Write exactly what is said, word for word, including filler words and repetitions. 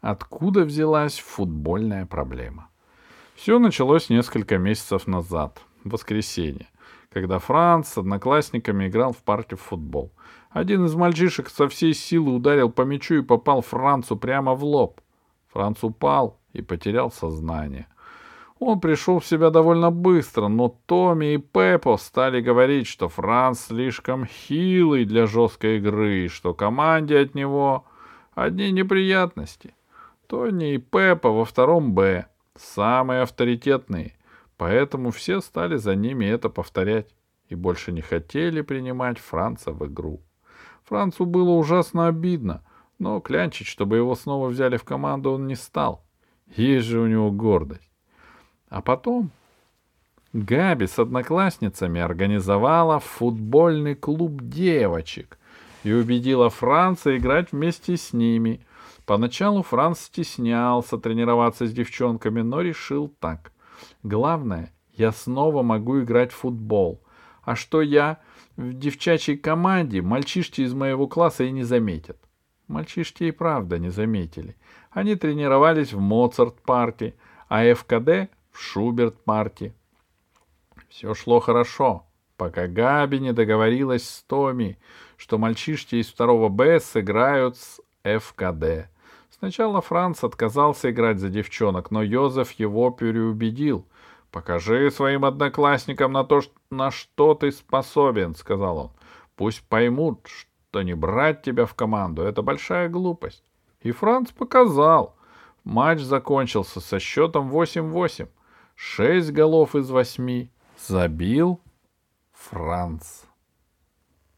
откуда взялась футбольная проблема. Все началось несколько месяцев назад, в воскресенье, когда Франц с одноклассниками играл в парке в футбол. Один из мальчишек со всей силы ударил по мячу и попал Францу прямо в лоб. Франц упал и потерял сознание. Он пришел в себя довольно быстро, но Томми и Пеппо стали говорить, что Франц слишком хилый для жесткой игры, и что команде от него одни неприятности. Тони и Пеппо во втором «Б», самые авторитетные, поэтому все стали за ними это повторять и больше не хотели принимать Франца в игру. Францу было ужасно обидно, но клянчить, чтобы его снова взяли в команду, он не стал. Есть же у него гордость. А потом Габи с одноклассницами организовала футбольный клуб девочек и убедила Франца играть вместе с ними. Поначалу Франц стеснялся тренироваться с девчонками, но решил так. Главное, я снова могу играть в футбол. А что я в девчачьей команде, мальчишки из моего класса и не заметят. Мальчишки и правда не заметили. Они тренировались в Моцарт-парке, а эф ка дэ в Шуберт-парке. Все шло хорошо, пока Габи не договорилась с Томми, что мальчишки из второго «Б» сыграют с эф ка дэ. Сначала Франц отказался играть за девчонок, но Йозеф его переубедил. «Покажи своим одноклассникам на то, на что ты способен», — сказал он. «Пусть поймут, что не брать тебя в команду — это большая глупость». И Франц показал. Матч закончился со счетом восемь-восемь. Шесть голов из восьми забил Франц.